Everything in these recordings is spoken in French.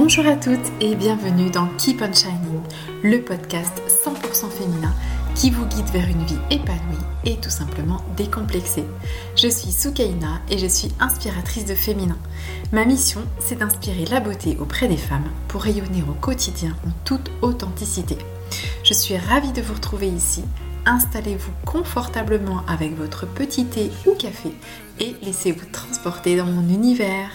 Bonjour à toutes et bienvenue dans Keep on Shining, le podcast 100% féminin qui vous guide vers une vie épanouie et tout simplement décomplexée. Je suis Soukaina et je suis inspiratrice de féminin. Ma mission, c'est d'inspirer la beauté auprès des femmes pour rayonner au quotidien en toute authenticité. Je suis ravie de vous retrouver ici. Installez-vous confortablement avec votre petit thé ou café et laissez-vous transporter dans mon univers.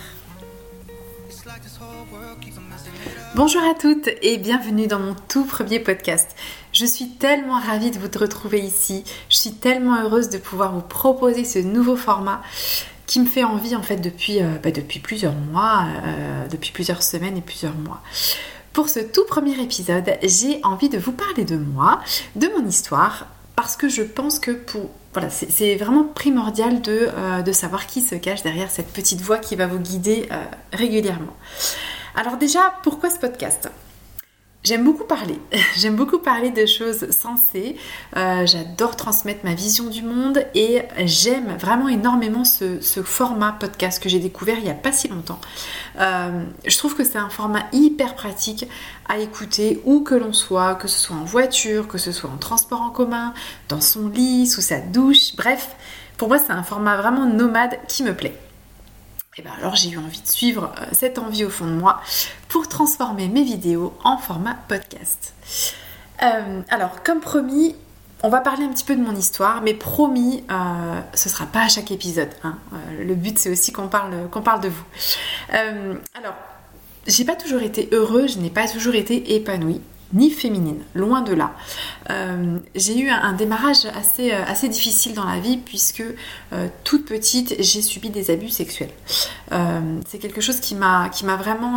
Bonjour à toutes et bienvenue dans mon tout premier podcast. Je suis tellement ravie de vous retrouver ici. Je suis tellement heureuse de pouvoir vous proposer ce nouveau format qui me fait envie en fait depuis plusieurs mois, depuis plusieurs semaines et plusieurs mois. Pour ce tout premier épisode, j'ai envie de vous parler de moi, de mon histoire, parce que je pense que c'est vraiment primordial de savoir qui se cache derrière cette petite voix qui va vous guider régulièrement. Alors déjà, pourquoi ce podcast ? J'aime beaucoup parler de choses sensées, j'adore transmettre ma vision du monde et j'aime vraiment énormément ce format podcast que j'ai découvert il n'y a pas si longtemps. Je trouve que c'est un format hyper pratique à écouter où que l'on soit, que ce soit en voiture, que ce soit en transport en commun, dans son lit, sous sa douche, bref, pour moi c'est un format vraiment nomade qui me plaît. Et bien alors j'ai eu envie de suivre cette envie au fond de moi pour transformer mes vidéos en format podcast. Alors comme promis, on va parler un petit peu de mon histoire, mais promis, ce sera pas à chaque épisode. Le but c'est aussi qu'on parle de vous. Alors, j'ai pas toujours été heureuse, je n'ai pas toujours été épanouie, ni féminine, loin de là. J'ai eu un démarrage assez difficile dans la vie puisque toute petite j'ai subi des abus sexuels. C'est quelque chose qui m'a vraiment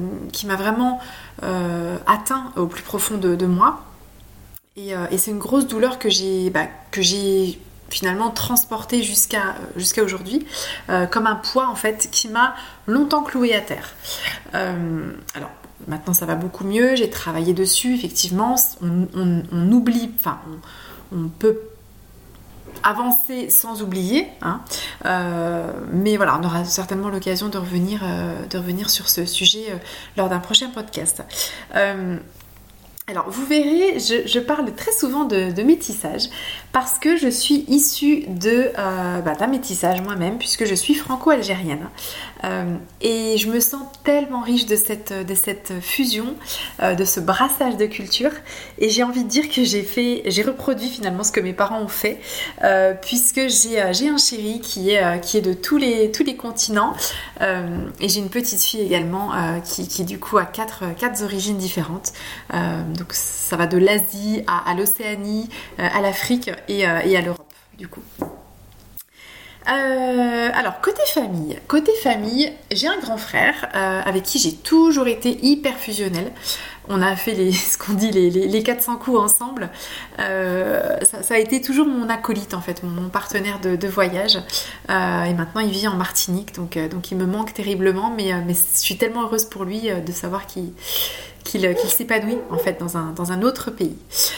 atteint au plus profond de moi et c'est une grosse douleur que j'ai finalement transportée jusqu'à aujourd'hui comme un poids en fait qui m'a longtemps clouée à terre. Alors maintenant ça va beaucoup mieux, j'ai travaillé dessus, effectivement, on oublie, on peut avancer sans oublier, mais voilà, on aura certainement l'occasion de revenir sur ce sujet lors d'un prochain podcast. Alors vous verrez, je parle très souvent de métissage parce que je suis issue d'un métissage moi-même puisque je suis franco-algérienne et je me sens tellement riche de cette fusion, de ce brassage de cultures et j'ai envie de dire que j'ai reproduit finalement ce que mes parents ont fait puisque j'ai un chéri qui est de tous les continents et j'ai une petite fille également qui du coup a quatre origines différentes. Donc ça va de l'Asie à l'Océanie, à l'Afrique et à l'Europe du coup. Alors côté famille, j'ai un grand frère avec qui j'ai toujours été hyper fusionnelle. On a fait les 400 coups ensemble. Ça a été toujours mon acolyte en fait, mon partenaire de voyage. Et maintenant il vit en Martinique, donc il me manque terriblement, mais je suis tellement heureuse pour lui de savoir qu'il s'épanouit en fait dans un autre pays.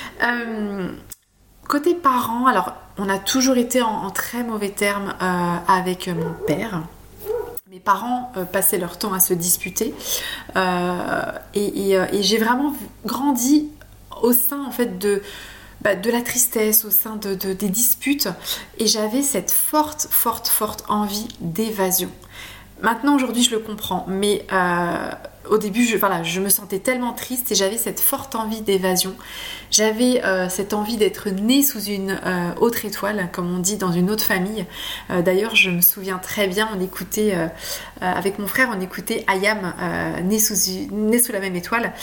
Côté parents, alors on a toujours été en très mauvais termes avec mon père. Mes parents passaient leur temps à se disputer et j'ai vraiment grandi au sein en fait de la tristesse, au sein des disputes et j'avais cette forte envie d'évasion. Maintenant aujourd'hui je le comprends, mais au début je me sentais tellement triste et j'avais cette forte envie d'évasion. J'avais cette envie d'être née sous une autre étoile, comme on dit, dans une autre famille. D'ailleurs je me souviens très bien, on écoutait avec mon frère, on écoutait Ayam, née sous la même étoile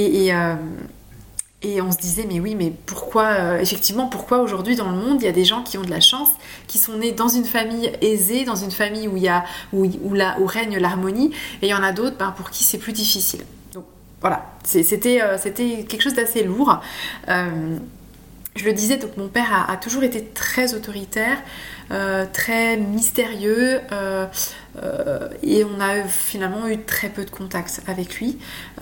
et on se disait mais pourquoi aujourd'hui dans le monde il y a des gens qui ont de la chance, qui sont nés dans une famille aisée, dans une famille où règne l'harmonie, et il y en a d'autres pour qui c'est plus difficile. Donc voilà, c'était quelque chose d'assez lourd. Je le disais, donc mon père a toujours été très autoritaire, très mystérieux et on a finalement eu très peu de contact avec lui.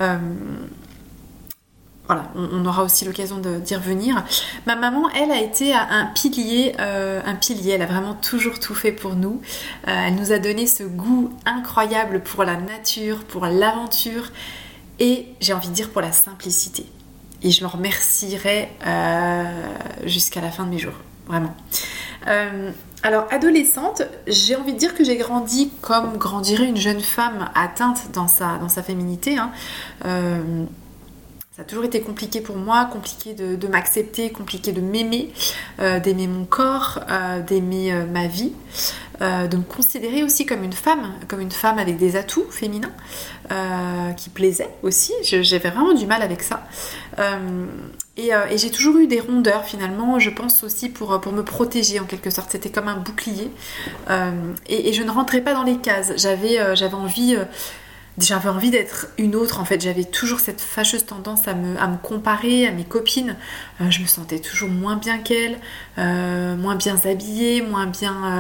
Voilà, on aura aussi l'occasion d'y revenir. Ma maman, elle, a été un pilier. Elle a vraiment toujours tout fait pour nous. Elle nous a donné ce goût incroyable pour la nature, pour l'aventure. et j'ai envie de dire pour la simplicité. Et je leur remercierai jusqu'à la fin de mes jours, vraiment. Alors, adolescente, j'ai envie de dire que j'ai grandi comme grandirait une jeune femme atteinte dans sa féminité. Ça a toujours été compliqué pour moi, compliqué de m'accepter, compliqué de m'aimer, d'aimer mon corps, d'aimer ma vie, de me considérer aussi comme une femme avec des atouts féminins, qui plaisaient aussi. J'avais vraiment du mal avec ça. Et j'ai toujours eu des rondeurs finalement, je pense aussi pour me protéger en quelque sorte. C'était comme un bouclier. Et je ne rentrais pas dans les cases. J'avais envie d'être une autre en fait. J'avais toujours cette fâcheuse tendance à me comparer à mes copines. Je me sentais toujours moins bien qu'elles, moins bien habillée, moins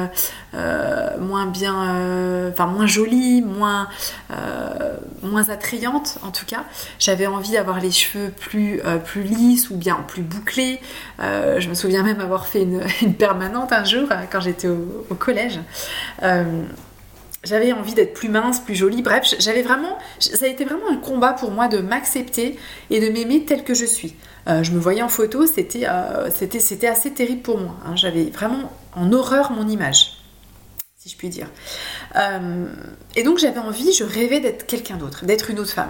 jolie, moins attrayante en tout cas. J'avais envie d'avoir les cheveux plus lisses ou bien plus bouclés. Je me souviens même avoir fait une permanente un jour quand j'étais au collège. J'avais envie d'être plus mince, plus jolie, bref, ça a été vraiment un combat pour moi de m'accepter et de m'aimer telle que je suis. Je me voyais en photo, c'était assez terrible pour moi. J'avais vraiment en horreur mon image, si je puis dire. Et donc je rêvais d'être quelqu'un d'autre, d'être une autre femme.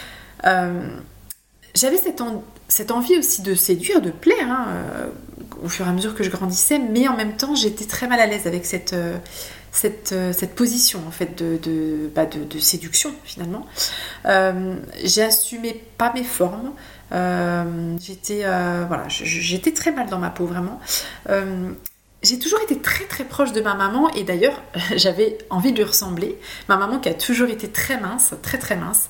J'avais cette envie aussi de séduire, de plaire, au fur et à mesure que je grandissais, mais en même temps, j'étais très mal à l'aise avec cette position en fait de séduction finalement. J'assumais pas mes formes. J'étais très mal dans ma peau vraiment. J'ai toujours été très très proche de ma maman et d'ailleurs j'avais envie de lui ressembler. Ma maman qui a toujours été très mince, très très mince.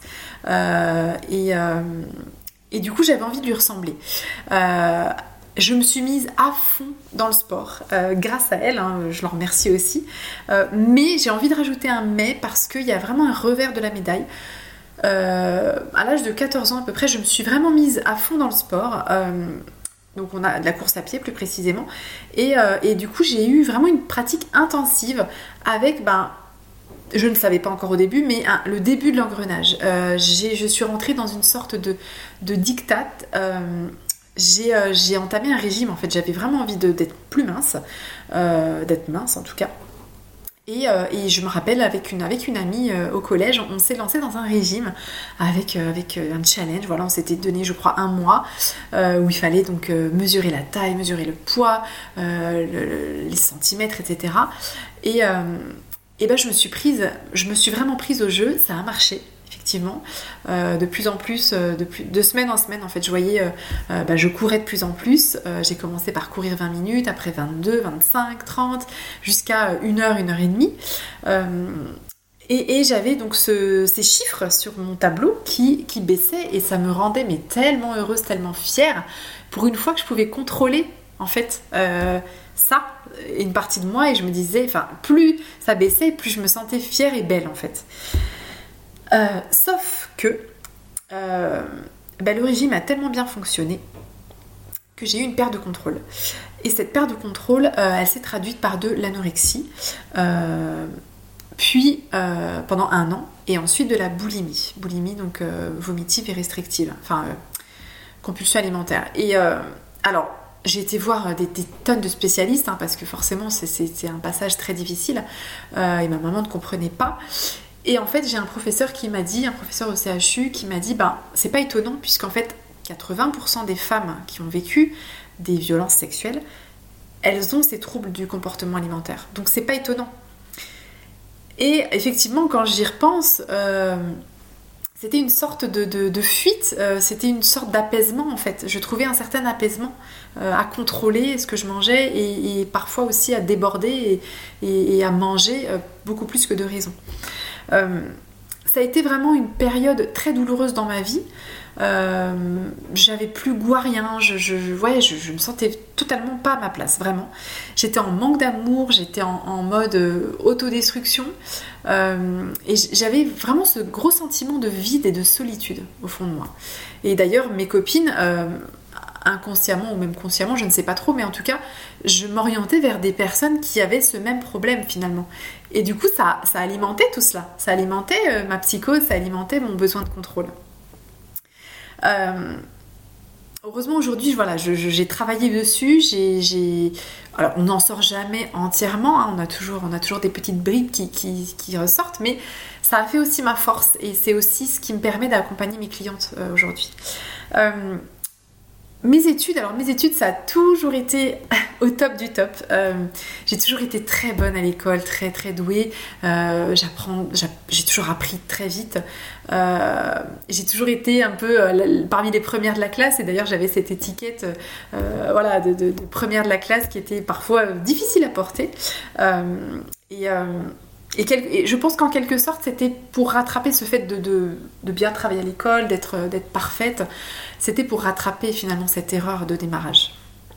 Et du coup j'avais envie de lui ressembler. Je me suis mise à fond dans le sport, grâce à elle, je l'en remercie aussi. Mais j'ai envie de rajouter un mais parce qu'il y a vraiment un revers de la médaille. À l'âge de 14 ans à peu près, je me suis vraiment mise à fond dans le sport. Donc on a de la course à pied plus précisément. Et du coup j'ai eu vraiment une pratique intensive avec... je ne savais pas encore au début, mais le début de l'engrenage. Je suis rentrée dans une sorte de diktat. J'ai entamé un régime en fait, j'avais vraiment envie d'être plus mince, d'être mince en tout cas. Et je me rappelle avec une amie au collège, on s'est lancé dans un régime avec un challenge. Voilà, on s'était donné je crois un mois où il fallait donc mesurer la taille, mesurer le poids, les centimètres, etc. Et je me suis vraiment prise au jeu, ça a marché. Effectivement, de plus en plus, de semaine en semaine, en fait, je voyais, je courais de plus en plus. J'ai commencé par courir 20 minutes, après 22, 25, 30, jusqu'à 1 heure, 1 heure et demie. Et j'avais donc ces chiffres sur mon tableau qui baissaient et ça me rendait mais tellement heureuse, tellement fière. Pour une fois que je pouvais contrôler, en fait, ça, une partie de moi, et je me disais, plus ça baissait, plus je me sentais fière et belle, en fait. Sauf que le régime a tellement bien fonctionné que j'ai eu une perte de contrôle. Et cette perte de contrôle, elle s'est traduite par de l'anorexie, puis pendant 1 an, et ensuite de la boulimie. Boulimie, donc vomitive et restrictive, compulsion alimentaire. Et alors, j'ai été voir des tonnes de spécialistes, parce que forcément, c'est un passage très difficile, et ma maman ne comprenait pas. Et en fait, j'ai un professeur au CHU, qui m'a dit, c'est pas étonnant, puisqu'en fait, 80% des femmes qui ont vécu des violences sexuelles, elles ont ces troubles du comportement alimentaire. Donc, c'est pas étonnant. Et effectivement, quand j'y repense, c'était une sorte de fuite, c'était une sorte d'apaisement, en fait. Je trouvais un certain apaisement à contrôler ce que je mangeais et parfois aussi à déborder et à manger beaucoup plus que de raison. Ça a été vraiment une période très douloureuse dans ma vie. J'avais plus goût à rien, je me sentais totalement pas à ma place, vraiment. J'étais en manque d'amour, j'étais en mode autodestruction, et j'avais vraiment ce gros sentiment de vide et de solitude au fond de moi. Et d'ailleurs, mes copines, inconsciemment ou même consciemment, je ne sais pas trop, mais en tout cas, je m'orientais vers des personnes qui avaient ce même problème finalement. Et du coup, ça alimentait tout cela. Ça alimentait ma psychose, ça alimentait mon besoin de contrôle. Heureusement aujourd'hui, voilà, j'ai travaillé dessus. Alors, on n'en sort jamais entièrement, hein, on a toujours des petites bribes qui ressortent, mais ça a fait aussi ma force et c'est aussi ce qui me permet d'accompagner mes clientes aujourd'hui. Mes études, ça a toujours été au top du top. J'ai toujours été très bonne à l'école, très très douée. J'ai toujours appris très vite. J'ai toujours été un peu parmi les premières de la classe. Et d'ailleurs, j'avais cette étiquette de première de la classe qui était parfois difficile à porter. Et je pense qu'en quelque sorte, c'était pour rattraper ce fait de bien travailler à l'école, d'être parfaite. C'était pour rattraper finalement cette erreur de démarrage.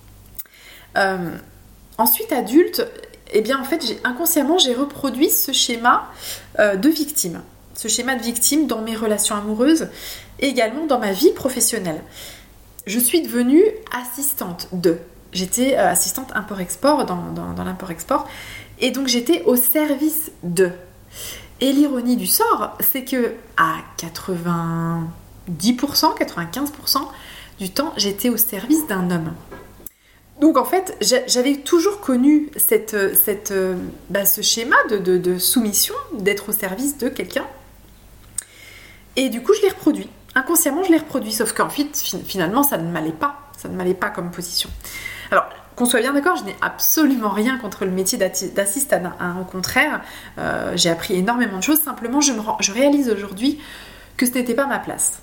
Ensuite, adulte, eh bien en fait, inconsciemment, j'ai reproduit ce schéma de victime. Ce schéma de victime dans mes relations amoureuses et également dans ma vie professionnelle. Je suis devenue assistante de. J'étais assistante import-export dans l'import-export. Et donc j'étais au service de. Et l'ironie du sort, c'est que à 90%, 95% du temps, j'étais au service d'un homme. Donc en fait, j'avais toujours connu ce schéma de soumission, d'être au service de quelqu'un. Et du coup, je l'ai reproduit. Inconsciemment, je l'ai reproduit. Sauf qu'en fait, finalement, ça ne m'allait pas. Ça ne m'allait pas comme position. Alors, qu'on soit bien d'accord, je n'ai absolument rien contre le métier d'assistante. Au contraire, j'ai appris énormément de choses. Simplement, je réalise aujourd'hui que ce n'était pas ma place.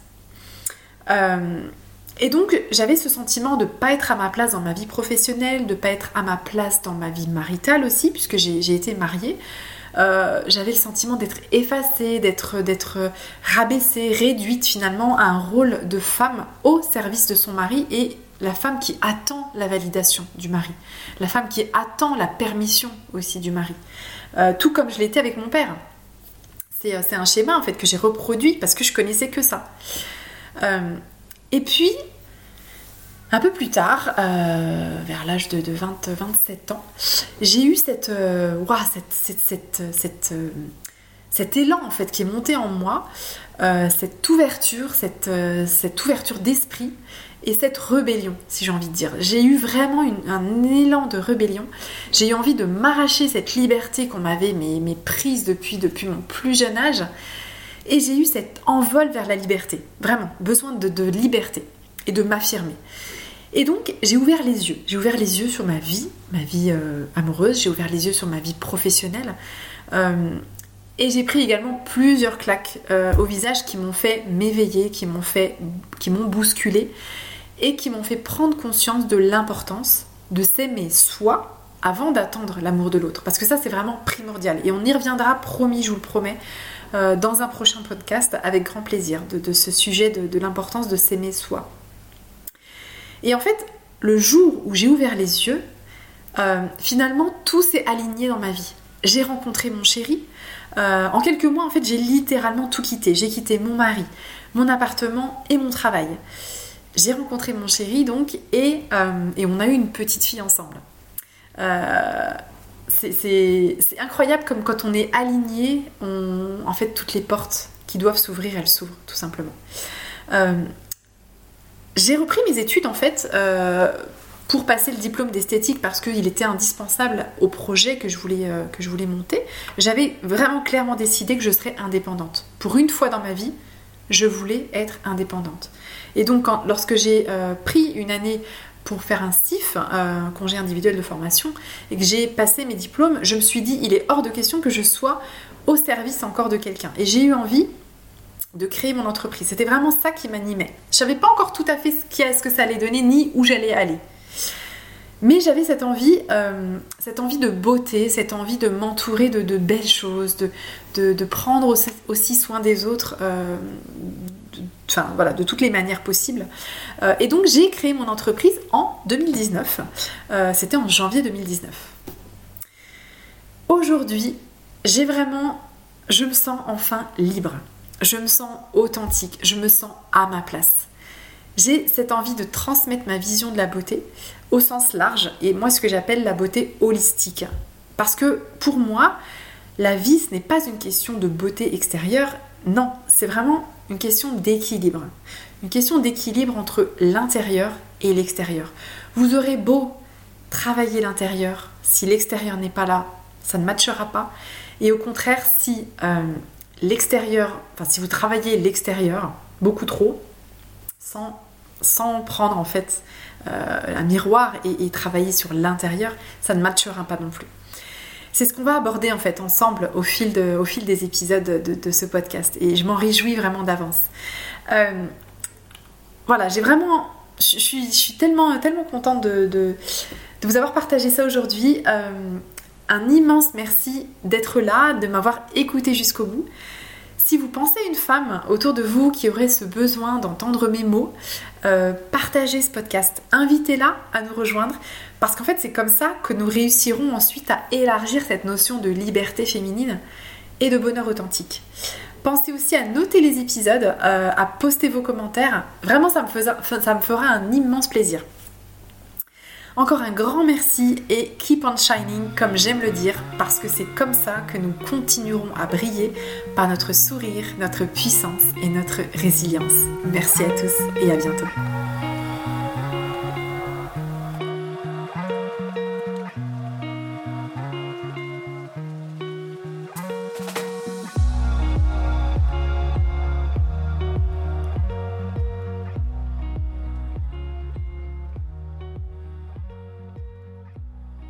Et donc, j'avais ce sentiment de ne pas être à ma place dans ma vie professionnelle, de ne pas être à ma place dans ma vie maritale aussi, puisque j'ai été mariée. J'avais le sentiment d'être effacée, d'être rabaissée, réduite finalement à un rôle de femme au service de son mari et la femme qui attend la validation du mari, la femme qui attend la permission aussi du mari, tout comme je l'étais avec mon père. C'est un schéma en fait que j'ai reproduit parce que je connaissais que ça. Et puis, un peu plus tard, vers l'âge de 27 ans, j'ai eu cet élan en fait qui est monté en moi, cette ouverture d'esprit et cette rébellion, si j'ai envie de dire. J'ai eu vraiment un élan de rébellion. J'ai eu envie de m'arracher cette liberté qu'on m'avait prise depuis mon plus jeune âge. Et j'ai eu cet envol vers la liberté. Vraiment, besoin de liberté et de m'affirmer. Et donc, j'ai ouvert les yeux. J'ai ouvert les yeux sur ma vie amoureuse. J'ai ouvert les yeux sur ma vie professionnelle. Et j'ai pris également plusieurs claques au visage qui m'ont fait m'éveiller, qui m'ont bousculé et qui m'ont fait prendre conscience de l'importance de s'aimer soi avant d'attendre l'amour de l'autre. Parce que ça, c'est vraiment primordial. Et on y reviendra, promis, je vous le promets, dans un prochain podcast avec grand plaisir de ce sujet de l'importance de s'aimer soi. Et en fait, le jour où j'ai ouvert les yeux, finalement, tout s'est aligné dans ma vie. J'ai rencontré mon chéri. En quelques mois, en fait, j'ai littéralement tout quitté. J'ai quitté mon mari, mon appartement et mon travail. J'ai rencontré mon chéri, donc, et on a eu une petite fille ensemble. C'est incroyable comme quand on est aligné, en fait, toutes les portes qui doivent s'ouvrir, elles s'ouvrent, tout simplement. J'ai repris mes études, en fait, pour passer le diplôme d'esthétique parce qu'il était indispensable au projet que je voulais monter. J'avais vraiment clairement décidé que je serais indépendante. Pour une fois dans ma vie, je voulais être indépendante. Et donc, lorsque j'ai pris une année pour faire un CIF, un congé individuel de formation, et que j'ai passé mes diplômes, je me suis dit, il est hors de question que je sois au service encore de quelqu'un. Et j'ai eu envie de créer mon entreprise. C'était vraiment ça qui m'animait. Je ne savais pas encore tout à fait ce que ça allait donner, ni où j'allais aller. Mais j'avais cette envie de beauté, cette envie de m'entourer de belles choses, de prendre aussi soin des autres, de toutes les manières possibles. Et donc j'ai créé mon entreprise en 2019. C'était en janvier 2019. Aujourd'hui, je me sens enfin libre. Je me sens authentique. Je me sens à ma place. J'ai cette envie de transmettre ma vision de la beauté au sens large et moi ce que j'appelle la beauté holistique. Parce que pour moi, la vie ce n'est pas une question de beauté extérieure, non, c'est vraiment une question d'équilibre. Une question d'équilibre entre l'intérieur et l'extérieur. Vous aurez beau travailler l'intérieur, si l'extérieur n'est pas là, ça ne matchera pas. Et au contraire, si si vous travaillez l'extérieur beaucoup trop, sans prendre en fait un miroir et travailler sur l'intérieur, ça ne matchera pas non plus. C'est ce qu'on va aborder en fait ensemble au fil des épisodes de ce podcast et je m'en réjouis vraiment d'avance. Voilà, je suis tellement contente de vous avoir partagé ça aujourd'hui. Un immense merci d'être là, de m'avoir écouté jusqu'au bout. Si vous pensez à une femme autour de vous qui aurait ce besoin d'entendre mes mots, partagez ce podcast, invitez-la à nous rejoindre parce qu'en fait c'est comme ça que nous réussirons ensuite à élargir cette notion de liberté féminine et de bonheur authentique. Pensez aussi à noter les épisodes, à poster vos commentaires, vraiment ça me fera un immense plaisir. Encore un grand merci et keep on shining comme j'aime le dire parce que c'est comme ça que nous continuerons à briller par notre sourire, notre puissance et notre résilience. Merci à tous et à bientôt.